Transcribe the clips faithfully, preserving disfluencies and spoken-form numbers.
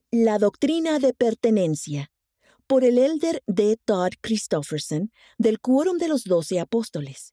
La doctrina de pertenencia, por el elder D. Todd Christofferson, del Quórum de los Doce Apóstoles.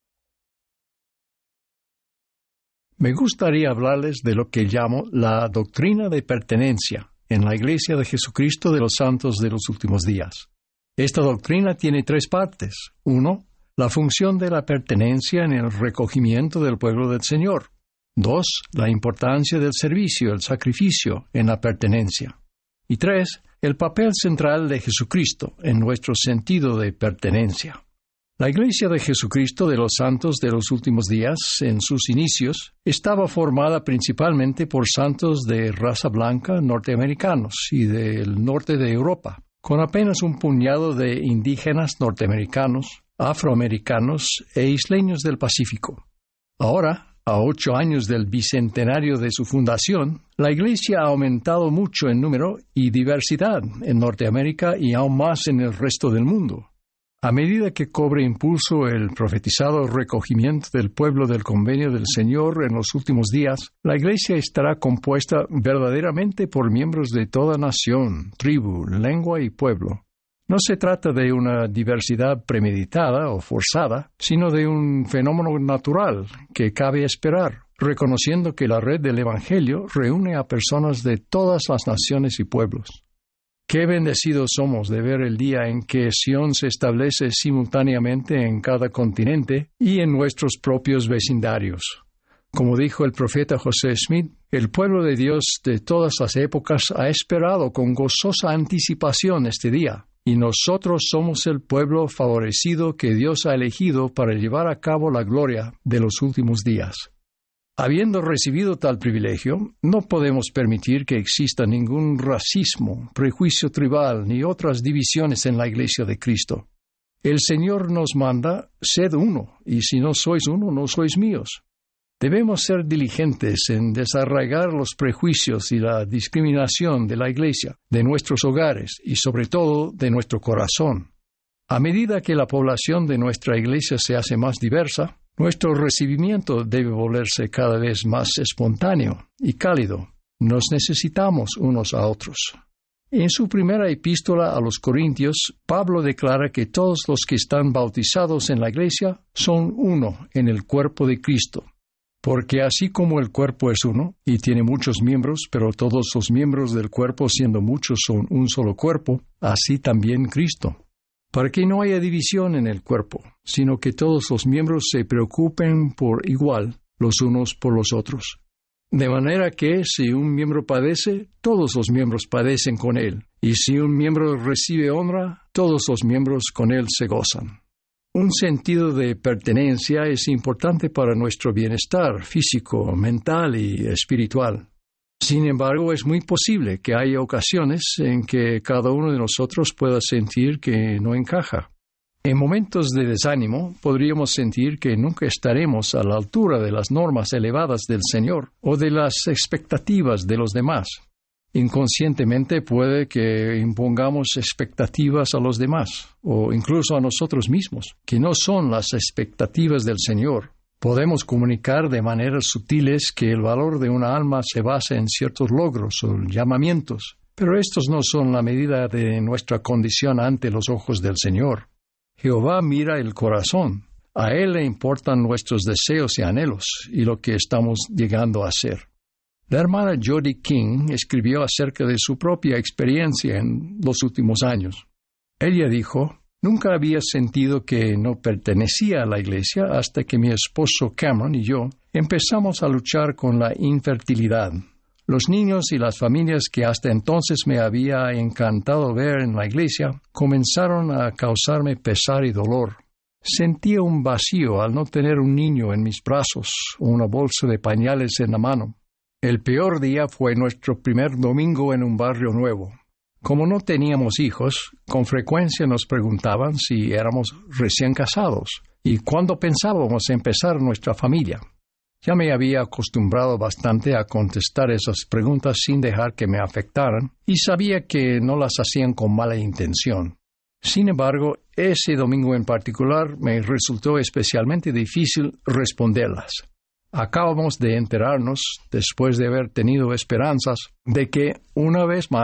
Me gustaría hablarles de lo que llamo la doctrina de pertenencia en la Iglesia de Jesucristo de los Santos de los Últimos Días. Esta doctrina tiene tres partes. Uno, la función de la pertenencia en el recogimiento del pueblo del Señor. Dos, la importancia del servicio, el sacrificio en la pertenencia. Y tres, el papel central de Jesucristo en nuestro sentido de pertenencia. La Iglesia de Jesucristo de los Santos de los Últimos Días, en sus inicios, estaba formada principalmente por santos de raza blanca norteamericanos y del norte de Europa, con apenas un puñado de indígenas norteamericanos, afroamericanos e isleños del Pacífico. Ahora, a ocho años del bicentenario de su fundación, la Iglesia ha aumentado mucho en número y diversidad en Norteamérica y aún más en el resto del mundo. A medida que cobre impulso el profetizado recogimiento del pueblo del convenio del Señor en los últimos días, la Iglesia estará compuesta verdaderamente por miembros de toda nación, tribu, lengua y pueblo. No se trata de una diversidad premeditada o forzada, sino de un fenómeno natural que cabe esperar, reconociendo que la red del Evangelio reúne a personas de todas las naciones y pueblos. Qué bendecidos somos de ver el día en que Sion se establece simultáneamente en cada continente y en nuestros propios vecindarios. Como dijo el profeta José Smith, el pueblo de Dios de todas las épocas ha esperado con gozosa anticipación este día, y nosotros somos el pueblo favorecido que Dios ha elegido para llevar a cabo la gloria de los últimos días. Habiendo recibido tal privilegio, no podemos permitir que exista ningún racismo, prejuicio tribal ni otras divisiones en la Iglesia de Cristo. El Señor nos manda, sed uno, y si no sois uno, no sois míos. Debemos ser diligentes en desarraigar los prejuicios y la discriminación de la Iglesia, de nuestros hogares y sobre todo de nuestro corazón. A medida que la población de nuestra Iglesia se hace más diversa, nuestro recibimiento debe volverse cada vez más espontáneo y cálido. Nos necesitamos unos a otros. En su primera epístola a los Corintios, Pablo declara que todos los que están bautizados en la Iglesia son uno en el cuerpo de Cristo. Porque así como el cuerpo es uno, y tiene muchos miembros, pero todos los miembros del cuerpo siendo muchos son un solo cuerpo, así también Cristo. Para que no haya división en el cuerpo, sino que todos los miembros se preocupen por igual los unos por los otros. De manera que, si un miembro padece, todos los miembros padecen con él, y si un miembro recibe honra, todos los miembros con él se gozan. Un sentido de pertenencia es importante para nuestro bienestar físico, mental y espiritual. Sin embargo, es muy posible que haya ocasiones en que cada uno de nosotros pueda sentir que no encaja. En momentos de desánimo, podríamos sentir que nunca estaremos a la altura de las normas elevadas del Señor o de las expectativas de los demás. Inconscientemente puede que impongamos expectativas a los demás, o incluso a nosotros mismos, que no son las expectativas del Señor. Podemos comunicar de maneras sutiles que el valor de una alma se basa en ciertos logros o llamamientos, pero estos no son la medida de nuestra condición ante los ojos del Señor. Jehová mira el corazón. A Él le importan nuestros deseos y anhelos y lo que estamos llegando a ser. La hermana Jody King escribió acerca de su propia experiencia en los últimos años. Ella dijo: nunca había sentido que no pertenecía a la Iglesia hasta que mi esposo Cameron y yo empezamos a luchar con la infertilidad. Los niños y las familias que hasta entonces me había encantado ver en la Iglesia comenzaron a causarme pesar y dolor. Sentía un vacío al no tener un niño en mis brazos o una bolsa de pañales en la mano. El peor día fue nuestro primer domingo en un barrio nuevo. Como no teníamos hijos, con frecuencia nos preguntaban si éramos recién casados y cuándo pensábamos empezar nuestra familia. Ya me había acostumbrado bastante a contestar esas preguntas sin dejar que me afectaran y sabía que no las hacían con mala intención. Sin embargo, ese domingo en particular me resultó especialmente difícil responderlas. Acabamos de enterarnos, después de haber tenido esperanzas, de que, una vez más,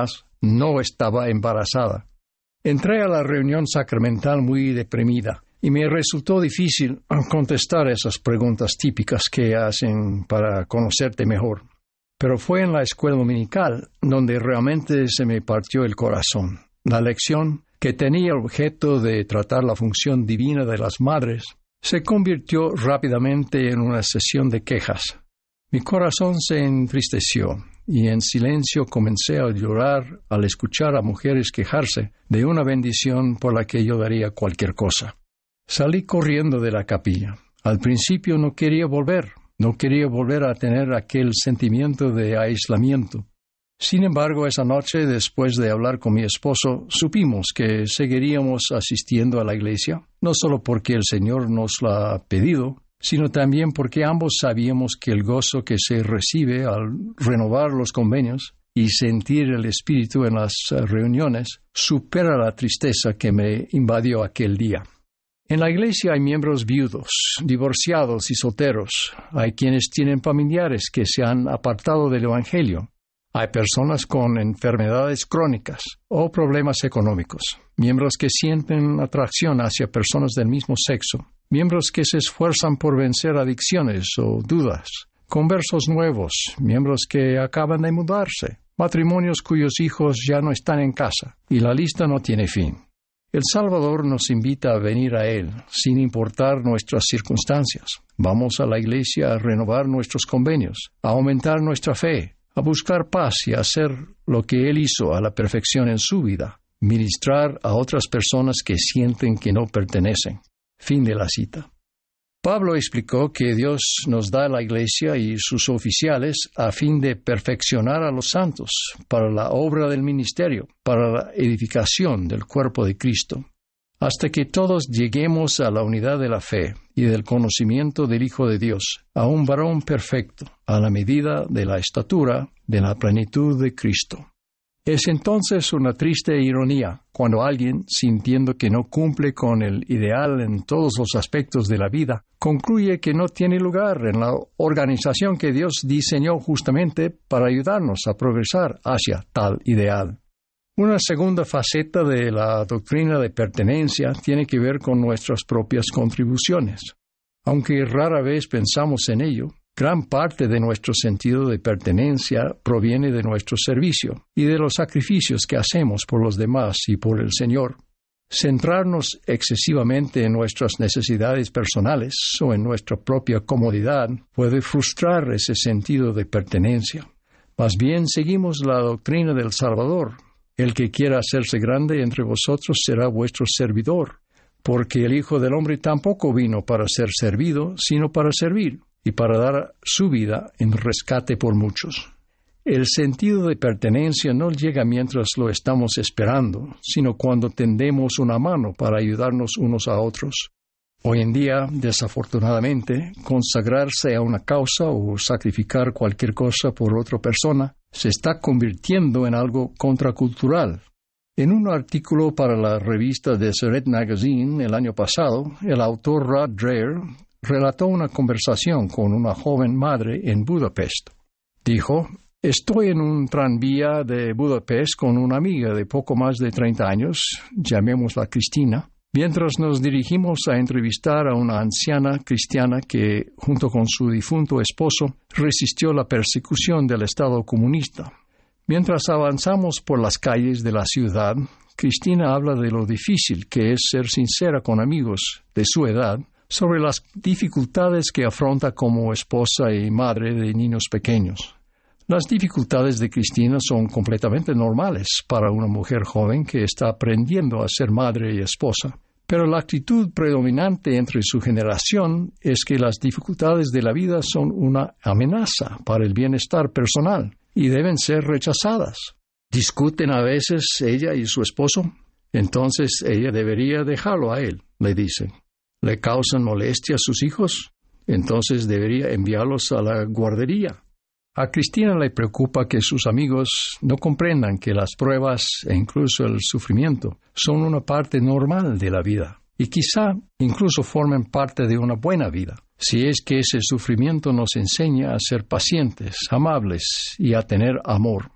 No estaba embarazada. Entré a la reunión sacramental muy deprimida y me resultó difícil contestar esas preguntas típicas que hacen para conocerte mejor. Pero fue en la escuela dominical donde realmente se me partió el corazón. La lección, que tenía el objeto de tratar la función divina de las madres, se convirtió rápidamente en una sesión de quejas. Mi corazón se entristeció y en silencio comencé a llorar al escuchar a mujeres quejarse de una bendición por la que yo daría cualquier cosa. Salí corriendo de la capilla. Al principio no quería volver, no quería volver a tener aquel sentimiento de aislamiento. Sin embargo, esa noche, después de hablar con mi esposo, supimos que seguiríamos asistiendo a la iglesia, no solo porque el Señor nos lo ha pedido, sino también porque ambos sabíamos que el gozo que se recibe al renovar los convenios y sentir el Espíritu en las reuniones supera la tristeza que me invadió aquel día. En la iglesia hay miembros viudos, divorciados y solteros. Hay quienes tienen familiares que se han apartado del Evangelio. Hay personas con enfermedades crónicas o problemas económicos, miembros que sienten atracción hacia personas del mismo sexo, miembros que se esfuerzan por vencer adicciones o dudas, conversos nuevos, miembros que acaban de mudarse, matrimonios cuyos hijos ya no están en casa, y la lista no tiene fin. El Salvador nos invita a venir a Él, sin importar nuestras circunstancias. Vamos a la iglesia a renovar nuestros convenios, a aumentar nuestra fe, a buscar paz y a hacer lo que Él hizo a la perfección en su vida, ministrar a otras personas que sienten que no pertenecen. Fin de la cita. Pablo explicó que Dios nos da la iglesia y sus oficiales a fin de perfeccionar a los santos para la obra del ministerio, para la edificación del cuerpo de Cristo, hasta que todos lleguemos a la unidad de la fe y del conocimiento del Hijo de Dios, a un varón perfecto, a la medida de la estatura de la plenitud de Cristo. Es entonces una triste ironía cuando alguien, sintiendo que no cumple con el ideal en todos los aspectos de la vida, concluye que no tiene lugar en la organización que Dios diseñó justamente para ayudarnos a progresar hacia tal ideal. Una segunda faceta de la doctrina de pertenencia tiene que ver con nuestras propias contribuciones. Aunque rara vez pensamos en ello, gran parte de nuestro sentido de pertenencia proviene de nuestro servicio y de los sacrificios que hacemos por los demás y por el Señor. Centrarnos excesivamente en nuestras necesidades personales o en nuestra propia comodidad puede frustrar ese sentido de pertenencia. Más bien seguimos la doctrina del Salvador. El que quiera hacerse grande entre vosotros será vuestro servidor, porque el Hijo del Hombre tampoco vino para ser servido, sino para servir, y para dar su vida en rescate por muchos. El sentido de pertenencia no llega mientras lo estamos esperando, sino cuando tendemos una mano para ayudarnos unos a otros. Hoy en día, desafortunadamente, consagrarse a una causa o sacrificar cualquier cosa por otra persona se está convirtiendo en algo contracultural. En un artículo para la revista Deseret Magazine el año pasado, el autor Rod Dreher relató una conversación con una joven madre en Budapest. Dijo: «Estoy en un tranvía de Budapest con una amiga de poco más de treinta años, llamémosla Cristina, mientras nos dirigimos a entrevistar a una anciana cristiana que, junto con su difunto esposo, resistió la persecución del Estado comunista. Mientras avanzamos por las calles de la ciudad, Cristina habla de lo difícil que es ser sincera con amigos de su edad sobre las dificultades que afronta como esposa y madre de niños pequeños. Las dificultades de Cristina son completamente normales para una mujer joven que está aprendiendo a ser madre y esposa, pero la actitud predominante entre su generación es que las dificultades de la vida son una amenaza para el bienestar personal y deben ser rechazadas. Discuten a veces ella y su esposo, entonces ella debería dejarlo a él, le dicen. ¿Le causan molestia a sus hijos? Entonces debería enviarlos a la guardería. A Cristina le preocupa que sus amigos no comprendan que las pruebas e incluso el sufrimiento son una parte normal de la vida y quizá incluso formen parte de una buena vida, si es que ese sufrimiento nos enseña a ser pacientes, amables y a tener amor.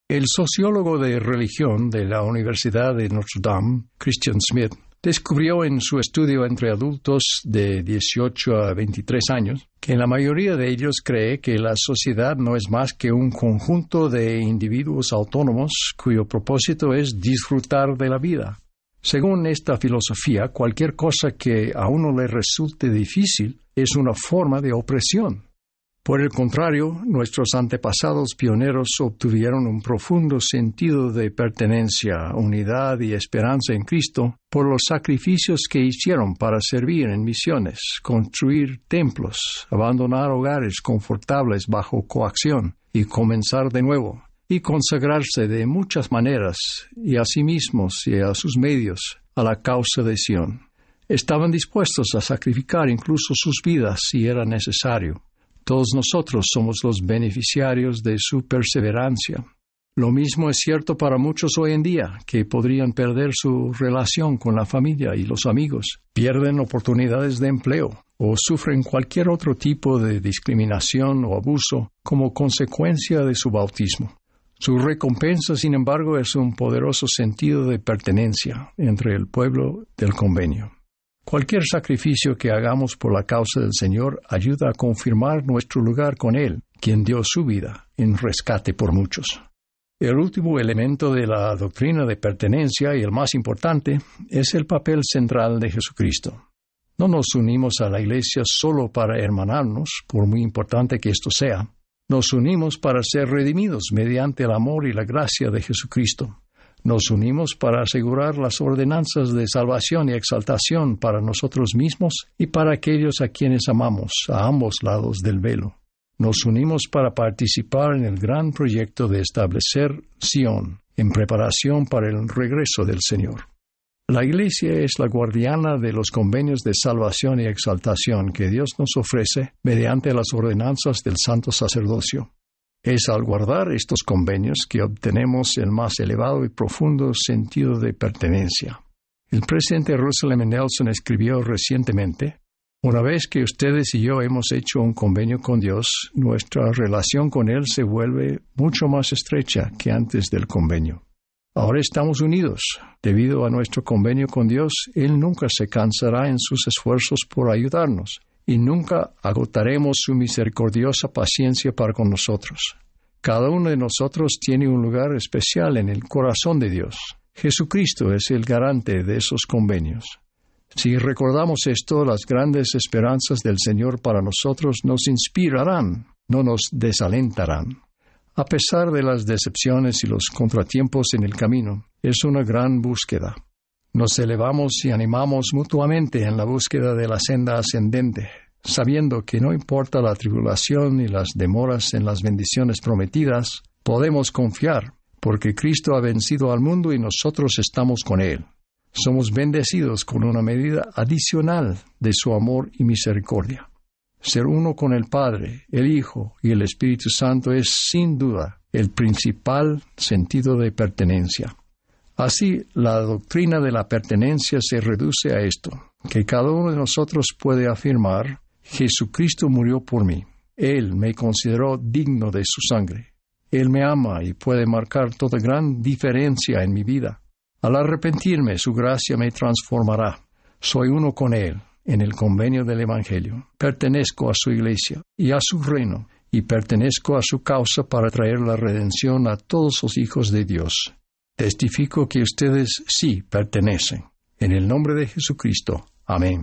El sociólogo de religión de la Universidad de Notre Dame, Christian Smith, descubrió en su estudio entre adultos de dieciocho a veintitrés años que la mayoría de ellos cree que la sociedad no es más que un conjunto de individuos autónomos cuyo propósito es disfrutar de la vida. Según esta filosofía, cualquier cosa que a uno le resulte difícil es una forma de opresión. Por el contrario, nuestros antepasados pioneros obtuvieron un profundo sentido de pertenencia, unidad y esperanza en Cristo por los sacrificios que hicieron para servir en misiones, construir templos, abandonar hogares confortables bajo coacción y comenzar de nuevo, y consagrarse de muchas maneras, y a sí mismos y a sus medios, a la causa de Sion. Estaban dispuestos a sacrificar incluso sus vidas si era necesario. Todos nosotros somos los beneficiarios de su perseverancia. Lo mismo es cierto para muchos hoy en día, que podrían perder su relación con la familia y los amigos, pierden oportunidades de empleo o sufren cualquier otro tipo de discriminación o abuso como consecuencia de su bautismo. Su recompensa, sin embargo, es un poderoso sentido de pertenencia entre el pueblo del convenio. Cualquier sacrificio que hagamos por la causa del Señor ayuda a confirmar nuestro lugar con Él, quien dio su vida en rescate por muchos. El último elemento de la doctrina de pertenencia, y el más importante, es el papel central de Jesucristo. No nos unimos a la Iglesia solo para hermanarnos, por muy importante que esto sea. Nos unimos para ser redimidos mediante el amor y la gracia de Jesucristo. Nos unimos para asegurar las ordenanzas de salvación y exaltación para nosotros mismos y para aquellos a quienes amamos, a ambos lados del velo. Nos unimos para participar en el gran proyecto de establecer Sion, en preparación para el regreso del Señor. La Iglesia es la guardiana de los convenios de salvación y exaltación que Dios nos ofrece mediante las ordenanzas del santo sacerdocio. Es al guardar estos convenios que obtenemos el más elevado y profundo sentido de pertenencia. El presidente Russell M. Nelson escribió recientemente: una vez que ustedes y yo hemos hecho un convenio con Dios, nuestra relación con Él se vuelve mucho más estrecha que antes del convenio. Ahora estamos unidos. Debido a nuestro convenio con Dios, Él nunca se cansará en sus esfuerzos por ayudarnos, y nunca agotaremos su misericordiosa paciencia para con nosotros. Cada uno de nosotros tiene un lugar especial en el corazón de Dios. Jesucristo es el garante de esos convenios. Si recordamos esto, las grandes esperanzas del Señor para nosotros nos inspirarán, no nos desalentarán. A pesar de las decepciones y los contratiempos en el camino, es una gran búsqueda. Nos elevamos y animamos mutuamente en la búsqueda de la senda ascendente, sabiendo que no importa la tribulación y las demoras en las bendiciones prometidas, podemos confiar, porque Cristo ha vencido al mundo y nosotros estamos con Él. Somos bendecidos con una medida adicional de su amor y misericordia. Ser uno con el Padre, el Hijo y el Espíritu Santo es, sin duda, el principal sentido de pertenencia. Así, la doctrina de la pertenencia se reduce a esto, que cada uno de nosotros puede afirmar: Jesucristo murió por mí. Él me consideró digno de su sangre. Él me ama y puede marcar toda gran diferencia en mi vida. Al arrepentirme, su gracia me transformará. Soy uno con Él en el convenio del Evangelio. Pertenezco a su iglesia y a su reino, y pertenezco a su causa para traer la redención a todos los hijos de Dios. Testifico que ustedes sí pertenecen. En el nombre de Jesucristo. Amén.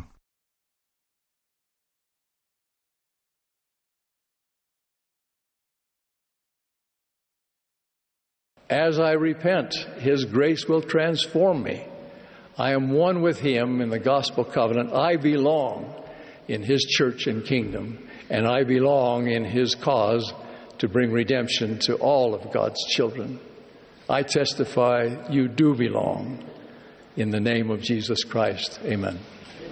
As I repent, His grace will transform me. I am one with Him in the gospel covenant. I belong in His church and kingdom, and I belong in His cause to bring redemption to all of God's children. I testify you do belong. In the name of Jesus Christ, amen.